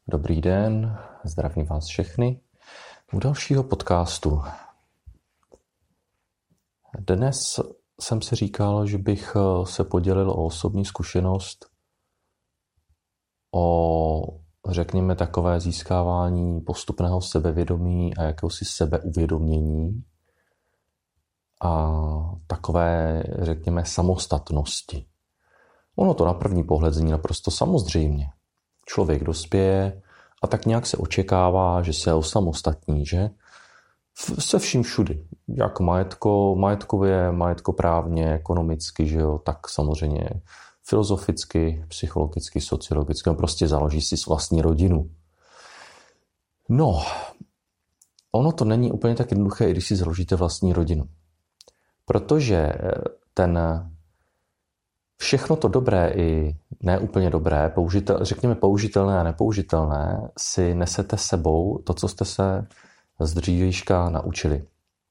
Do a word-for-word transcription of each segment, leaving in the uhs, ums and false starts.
Dobrý den, zdravím vás všechny u dalšího podcastu. Dnes jsem si říkal, že bych se podělil o osobní zkušenost, o, řekněme, takové získávání postupného sebevědomí a jakéhosi sebeuvědomění a takové, řekněme, samostatnosti. Ono to na první pohled zní naprosto samozřejmě. Člověk dospěje a tak nějak se očekává, že se osamostatní, že? Se vším všudy. Jak majetko, majetkově, majetkoprávně, ekonomicky, že jo? Tak samozřejmě filozoficky, psychologicky, sociologicky. On prostě založí si vlastní rodinu. No, ono to není úplně tak jednoduché, i když si založíte vlastní rodinu. Protože ten všechno to dobré i neúplně dobré, použitel, řekněme použitelné a nepoužitelné, si nesete sebou to, co jste se z dřívějška naučili.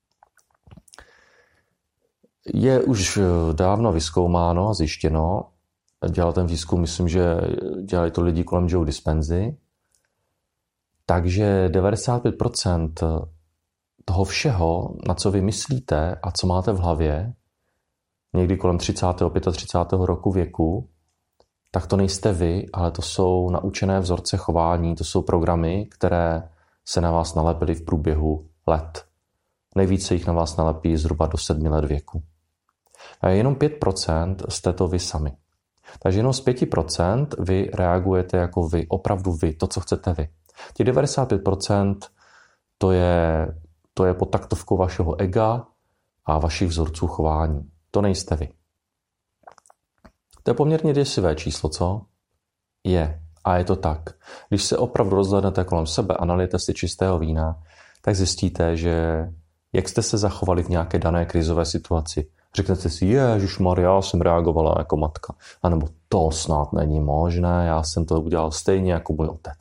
Je už dávno vyzkoumáno a zjištěno, dělal ten výzkum, myslím, že dělali to lidi kolem Joe Dispenzy, takže devadesát pět procent toho všeho, na co vy myslíte a co máte v hlavě, někdy kolem třicátého třicátého pátého roku věku, tak to nejste vy, ale to jsou naučené vzorce chování, to jsou programy, které se na vás nalepily v průběhu let. Nejvíce jich na vás nalepí zhruba do sedmi let věku. A jenom pět procent jste to vy sami. Takže jenom z pět procent vy reagujete jako vy, opravdu vy, to, co chcete vy. Těch devadesát pět procent to je, to je pod taktovkou vašeho ega a vašich vzorců chování. To nejste vy. To je poměrně děsivé číslo, co? Je. A je to tak. Když se opravdu rozhlédnete kolem sebe a nalijete si čistého vína, tak zjistíte, že jak jste se zachovali v nějaké dané krizové situaci. Řeknete si, ježišmarja, já jsem reagovala jako matka. A nebo to snad není možné, já jsem to udělal stejně jako můj otec.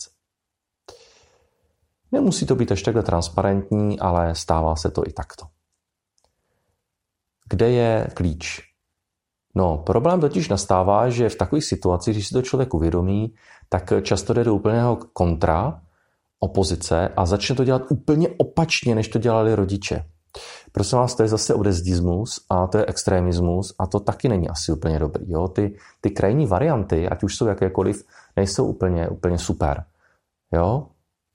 Nemusí to být až takhle transparentní, ale stává se to i takto. Kde je klíč? No, problém totiž nastává, že v takových situacích, když si to člověk uvědomí, tak často jde do úplného kontra, opozice a začne to dělat úplně opačně, než to dělali rodiče. Prosím vás, to je zase odezdismus a to je extremismus a to taky není asi úplně dobrý. Jo? Ty, ty krajní varianty, ať už jsou jakékoliv, nejsou úplně, úplně super. Jo?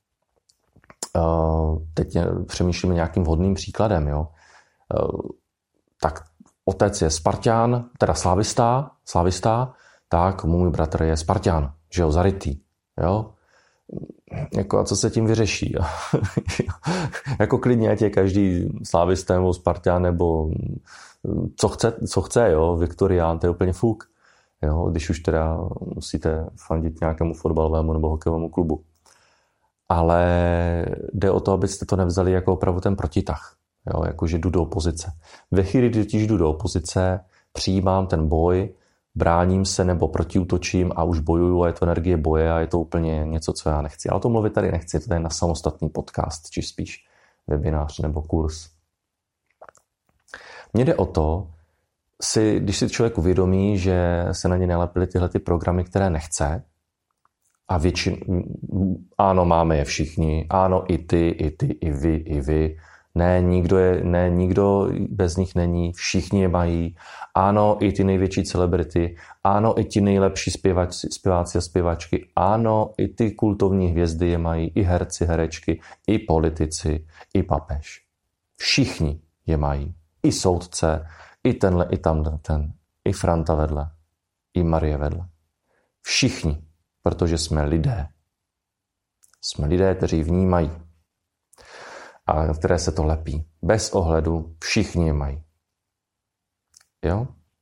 Uh, teď přemýšlíme nějakým vhodným příkladem. Jo? Uh, tak otec je Spartan, teda slávista, slávista, tak můj bratr je Spartan, že jo, zarytý, jo. Jako a co se tím vyřeší? Jako klidně, ať je každý slávista nebo Spartan, nebo co chce, co chce, jo, Viktorián, to je úplně fuk, jo, když už teda musíte fandit nějakému fotbalovému nebo hokejovému klubu. Ale jde o to, abyste to nevzali jako opravdu ten protitah. Jo, jakože jdu do opozice. Ve chvíli, kdy totiž jdu do opozice, přijímám ten boj, bráním se nebo protiútočím a už bojuju a je to energie boje a je to úplně něco, co já nechci. Ale o tom mluvit tady nechci, to je na samostatný podcast, či spíš webinář nebo kurz. Mně jde o to, si, když si člověk uvědomí, že se na ně nalepily tyhle ty programy, které nechce, a většin, ano, máme je všichni, ano, i ty, i ty, i vy, i vy, Ne nikdo, je, ne, nikdo bez nich není, všichni je mají. Ano, i ty největší celebrity, ano, i ti nejlepší zpěvači, zpěváci a zpěvačky, ano, i ty kultovní hvězdy je mají, i herci, herečky, i politici, i papež. Všichni je mají. I soudce, i tenhle, i tamhle, ten, i Franta vedle, i Marie vedle. Všichni, protože jsme lidé. Jsme lidé, kteří vnímají. A které se to lepí. Bez ohledu všichni je mají. Jo?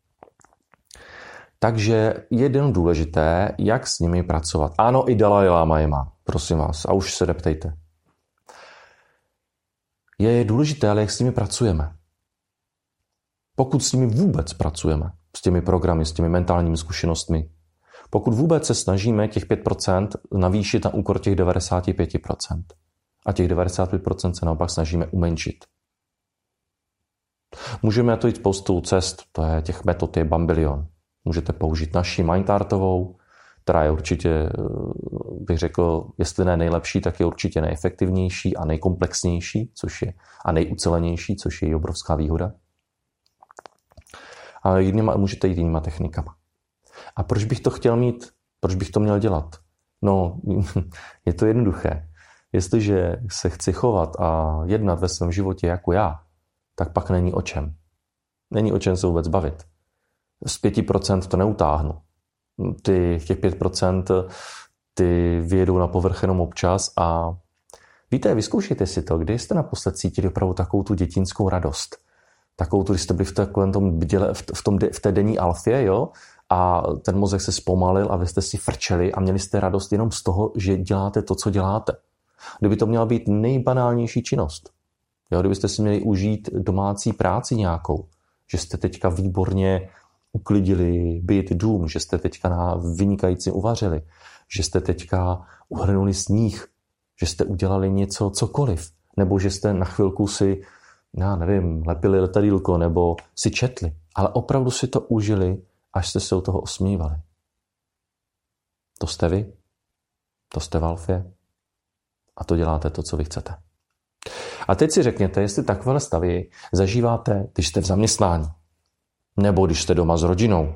Takže je jen důležité, jak s nimi pracovat. Ano, i Dalaj Lama je má, prosím vás, a už se neptejte. Je důležité, ale jak s nimi pracujeme. Pokud s nimi vůbec pracujeme, s těmi programy, s těmi mentálními zkušenostmi, pokud vůbec se snažíme těch pět procent navýšit na úkor těch devadesát pět procent. A těch devadesát pět procent se naopak snažíme umenšit. Můžeme to jít spoustou cest, to je těch metod je bambilion. Můžete použít naši Mindartovou, která je určitě, bych řekl, jestli ne nejlepší, tak je určitě nejefektivnější a nejkomplexnější, což je, a nejucelenější, což je obrovská výhoda. A jinýma, můžete jít jinýma technikama. A proč bych to chtěl mít? Proč bych to měl dělat? No, je to jednoduché. Jestliže se chci chovat a jednat ve svém životě jako já, tak pak není o čem. Není o čem se vůbec bavit. Z pěti procent to neutáhnu. Ty, těch pět procent ty vyjedou na povrch jenom občas a víte, vyzkoušejte si to, kdy jste naposled cítili opravdu takovou tu dětinskou radost. Takovou tu, když jste byli v, takovém tom bděle, v, tom, v té denní alfě, jo? A ten mozek se zpomalil a vy jste si frčeli a měli jste radost jenom z toho, že děláte to, co děláte. Kdyby to měla být nejbanálnější činnost. Jo? Kdybyste si měli užít domácí práci nějakou, že jste teďka výborně uklidili byt, dům, že jste teďka na vynikající uvařili, že jste teďka uhrnuli sníh, že jste udělali něco, cokoliv, nebo že jste na chvilku si, já nevím, lepili letadýlko, nebo si četli, ale opravdu si to užili, až jste se u toho osmívali. To jste vy, to jste v alfě a to děláte to, co vy chcete. A teď si řekněte, jestli takové stavy zažíváte, když jste v zaměstnání, nebo když jste doma s rodinou.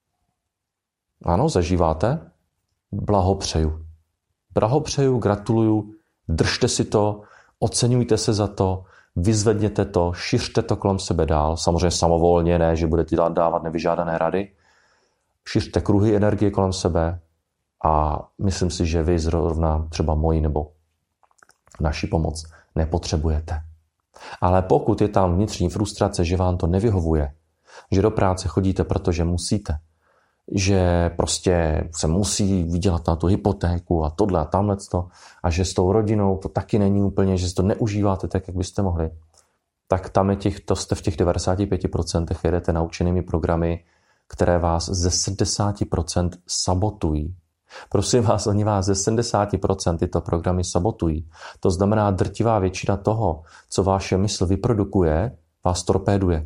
Ano, zažíváte? Blahopřeju. Blahopřeju, gratuluju, držte si to, oceňujte se za to, vyzvedněte to, šiřte to kolem sebe dál. Samozřejmě samovolně, ne, že budete dávat nevyžádané rady. Šiřte kruhy energie kolem sebe a myslím si, že vy zrovna třeba moji nebo naši pomoc nepotřebujete. Ale pokud je tam vnitřní frustrace, že vám to nevyhovuje, že do práce chodíte, protože musíte, že prostě se musí vydělat na tu hypotéku a tohle a tamhleto a že s tou rodinou to taky není úplně, že si to neužíváte tak, jak byste mohli, tak tam je těch, to jste v těch devadesát pět procent jedete naučenými programy, které vás ze sedmdesát procent sabotují. Prosím vás, oni vás ze sedmdesát procent tyto programy sabotují. To znamená, drtivá většina toho, co vaše mysl vyprodukuje, vás torpéduje.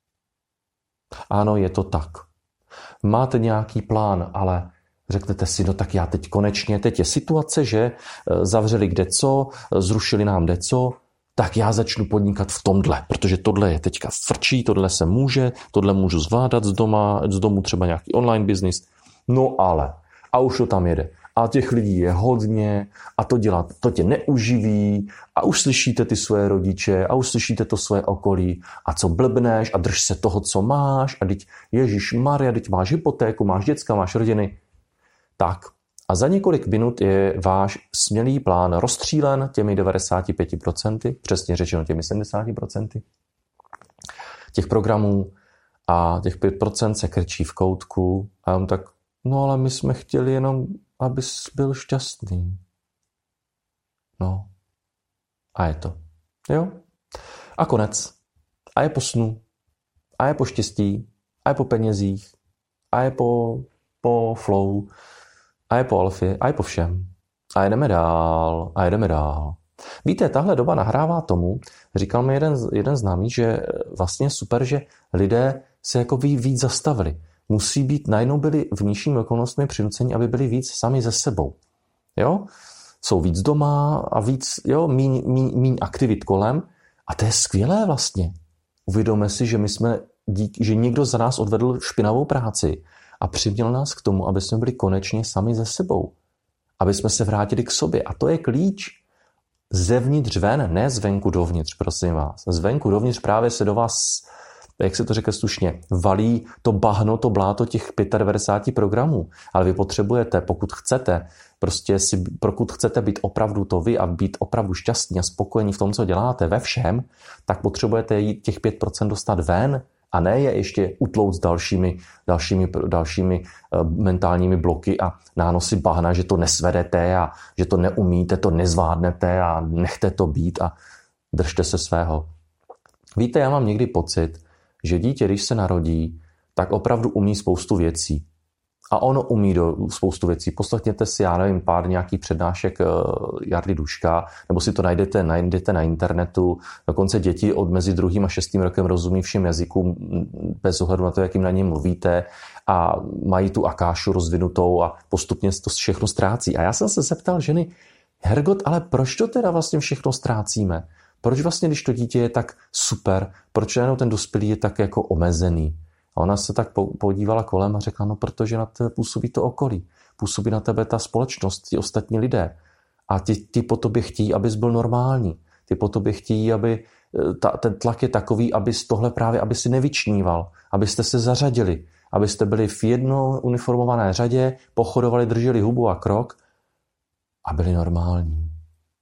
Ano, je to tak. Máte nějaký plán, ale řeknete si, no tak já teď konečně, teď je situace, že zavřeli kdeco, zrušili nám deco, tak já začnu podnikat v tomhle, protože tohle je teďka frčí, tohle se může, tohle můžu zvládat z doma, z domu třeba nějaký online business. No ale, a už to tam jede. A těch lidí je hodně a to dělat, to tě neuživí a už slyšíte ty svoje rodiče a už slyšíte to svoje okolí a co blbneš a drž se toho, co máš a teď Ježišmarja, teď máš hypotéku, máš děcka, máš rodiny. Tak a za několik minut je váš smělý plán rozstřílen těmi devadesát pět procent, přesně řečeno těmi sedmdesát procent těch programů a těch pět procent se krčí v koutku a on tak, no ale my jsme chtěli jenom, abys byl šťastný. No. A je to. Jo? A konec. A je po snu. A je po štěstí. A je po penězích. A je po, po flow. A je po alfě. A je po všem. A jedeme dál. A jedeme dál. Víte, tahle doba nahrává tomu, říkal mi jeden, jeden známý, že vlastně super, že lidé se jako víc zastavili. Musí být, najednou byli v nižšími okolnostmi přinuceni, aby byli víc sami ze sebou. Jo? Jsou víc doma a víc, jo, míň, míň, míň aktivit kolem. A to je skvělé vlastně. Uvědomme si, že my jsme, dík, že někdo za nás odvedl špinavou práci a přiměl nás k tomu, aby jsme byli konečně sami ze sebou. Aby jsme se vrátili k sobě. A to je klíč. Zevnitř ven, ne zvenku dovnitř, prosím vás. Zvenku dovnitř právě se do vás, jak se to řekne slušně, valí to bahno, to bláto těch devadesát pět programů. Ale vy potřebujete, pokud chcete, prostě si, pokud chcete být opravdu to vy a být opravdu šťastní a spokojení v tom, co děláte, ve všem, tak potřebujete jít těch pět procent dostat ven a ne je ještě utlout s dalšími, dalšími, dalšími uh, mentálními bloky a nánosy bahna, že to nesvedete a že to neumíte, to nezvládnete a nechte to být a držte se svého. Víte, já mám někdy pocit, že dítě, když se narodí, tak opravdu umí spoustu věcí. A ono umí do spoustu věcí. Poslechněte si, já nevím, pár nějakých přednášek Jardy Duška, nebo si to najdete, najdete na internetu. Dokonce děti od mezi druhým a šestým rokem rozumí všem jazykům bez ohledu na to, jak jim na ně mluvíte a mají tu akášu rozvinutou a postupně to všechno ztrácí. A já jsem se zeptal ženy, Hergot, ale proč to teda vlastně všechno ztrácíme? Proč vlastně, když to dítě je tak super, proč najednou ten dospělý je tak jako omezený? A ona se tak podívala kolem a řekla, no protože na tebe působí to okolí. Působí na tebe ta společnost, ti ostatní lidé. A ti, ti po tobě chtějí, abys byl normální. Ty po tobě chtějí, aby ta, ten tlak je takový, abys tohle právě, aby si nevyčníval, abyste se zařadili, abyste byli v jedno uniformované řadě, pochodovali, drželi hubu a krok a byli normální.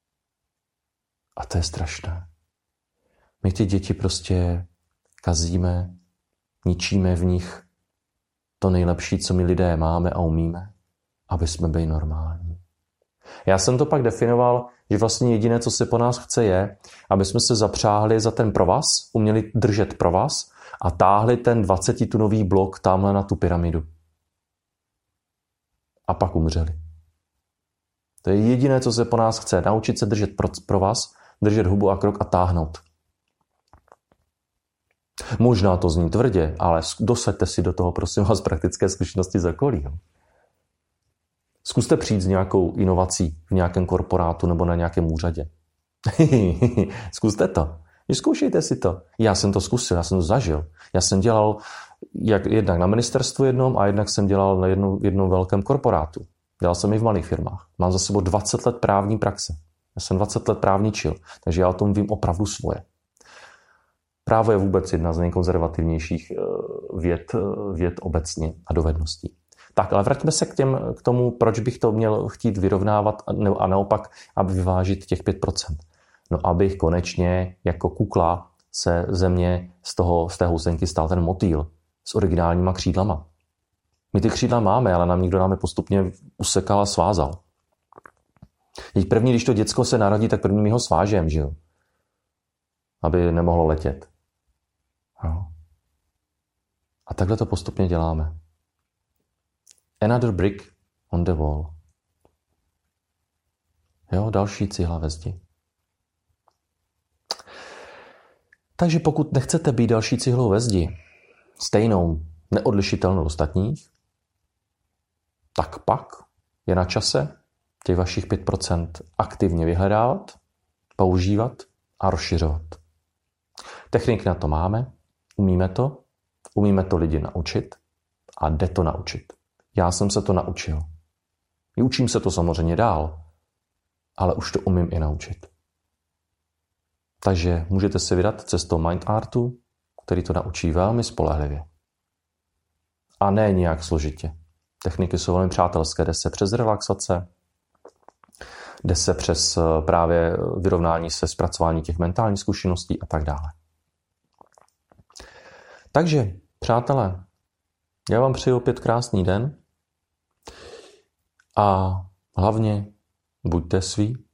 A to je strašné. My ty děti prostě kazíme, ničíme v nich to nejlepší, co my lidé máme a umíme, aby jsme byli normální. Já jsem to pak definoval, že vlastně jediné, co se po nás chce, je, aby jsme se zapřáhli za ten provaz, uměli držet provaz a táhli ten dvacetitunový blok tamhle na tu pyramidu. A pak umřeli. To je jediné, co se po nás chce. Naučit se držet provaz, držet hubu a krok a táhnout. Možná to zní tvrdě, ale dosaďte si do toho, prosím vás, praktické zkušenosti z okolí. Zkuste přijít s nějakou inovací v nějakém korporátu nebo na nějakém úřadě. Zkuste to. Zkoušejte si to. Já jsem to zkusil, já jsem to zažil. Já jsem dělal jak, jednak na ministerstvu jednom a jednak jsem dělal na jednom, jednom velkém korporátu. Dělal jsem i v malých firmách. Mám za sebou dvacet let právní praxe. Já jsem dvacet let právničil, takže já o tom vím opravdu svoje. Právo je vůbec jedna z nejkonzervativnějších věd, věd obecně a dovedností. Tak, ale vraťme se k, těm, k tomu, proč bych to měl chtít vyrovnávat a naopak, aby vyvážit těch pět procent. No, abych konečně jako kukla se ze mě z, toho, z té housenky stal ten motýl s originálníma křídlama. My ty křídla máme, ale nám nikdo nám je postupně usekal a svázal. Teď první, když to děcko se narodí, tak první my ho svážem, že jo? Aby nemohlo letět. No. A takhle to postupně děláme. Another brick on the wall. Jo, další cihla ve zdi. Takže pokud nechcete být další cihlou ve zdi, stejnou, neodlišitelnou od ostatních, tak pak je na čase těch vašich pět procent aktivně vyhledávat, používat a rozšiřovat. Techniky na to máme, umíme to, umíme to lidi naučit a jde to naučit. Já jsem se to naučil. Učím se to samozřejmě dál, ale už to umím i naučit. Takže můžete se vydat cestou Mind Artu, který to naučí velmi spolehlivě. A ne nějak složitě. Techniky jsou velmi přátelské, jde se přes relaxace, jde se přes právě vyrovnání se zpracování těch mentálních zkušeností a tak dále. Takže, přátelé, já vám přeju opět krásný den a hlavně buďte svý,